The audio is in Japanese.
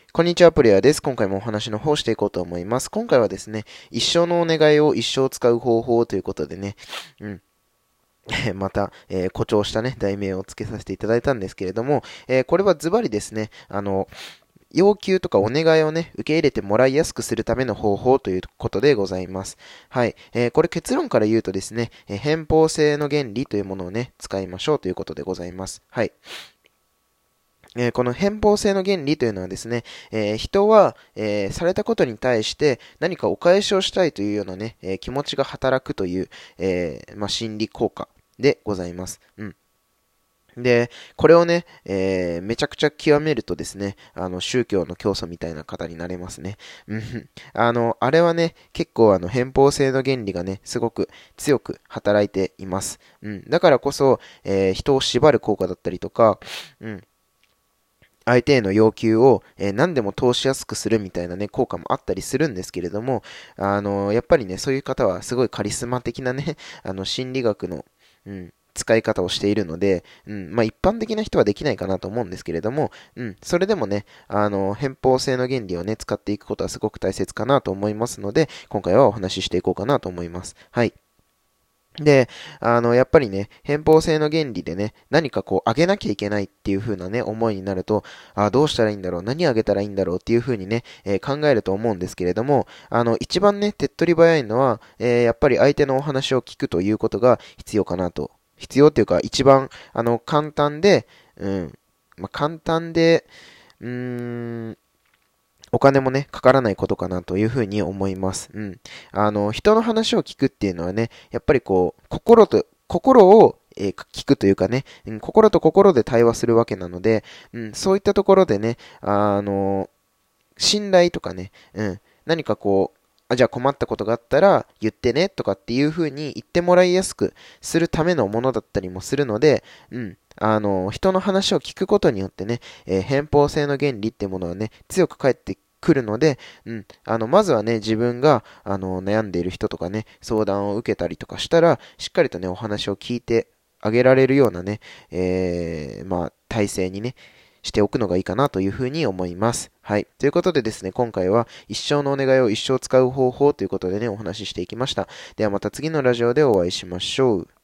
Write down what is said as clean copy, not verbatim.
こんにちは、プレイヤーです。今回もお話の方していこうと思います。今回はですね、一生のお願いを一生使う方法ということでね、うん。また、誇張したね、題名を付けさせていただいたんですけれども、これはズバリですね、要求とかお願いをね、受け入れてもらいやすくするための方法ということでございます。はい。これ結論から言うとですね、偏方性の原理というものをね、使いましょうということでございます。はい。この偏方性の原理というのはですね、人は、されたことに対して何かお返しをしたいというようなね、気持ちが働くという、心理効果でございます。うん。で、これをね、めちゃくちゃ極めるとですね、宗教の教祖みたいな方になれますね。うん。あれはね、結構偏方性の原理がね、すごく強く働いています。うん。だからこそ、人を縛る効果だったりとか、うん。相手への要求を、何でも通しやすくするみたいなね、効果もあったりするんですけれども、やっぱりね、そういう方はすごいカリスマ的なね、心理学の、うん、使い方をしているので、一般的な人はできないかなと思うんですけれども、それでもね、偏方性の原理をね、使っていくことはすごく大切かなと思いますので、今回はお話ししていこうかなと思います。はい。で、やっぱりね、偏方性の原理でね、何かこう、あげなきゃいけないっていう風なね、思いになると、どうしたらいいんだろう、何あげたらいいんだろうっていう風にね、考えると思うんですけれども、一番ね、手っ取り早いのは、やっぱり相手のお話を聞くということが必要かなと。必要っていうか、一番、簡単で、簡単で、うーん、お金もね、かからないことかなというふうに思います。うん。人の話を聞くっていうのはね、やっぱりこう、心を、聞くというかね、心と心で対話するわけなので、そういったところでね、信頼とかね、何かこう、じゃあ困ったことがあったら言ってねとかっていう風に言ってもらいやすくするためのものだったりもするので、人の話を聞くことによってね、偏方性の原理っていうものはね、強く返ってくるので、まずはね、自分が、悩んでいる人とかね、相談を受けたりとかしたら、しっかりとね、お話を聞いてあげられるようなね、体制にね、しておくのがいいかなというふうに思います。はい。ということでですね、今回は一生のお願いを一生使う方法ということでね、お話ししていきました。ではまた次のラジオでお会いしましょう。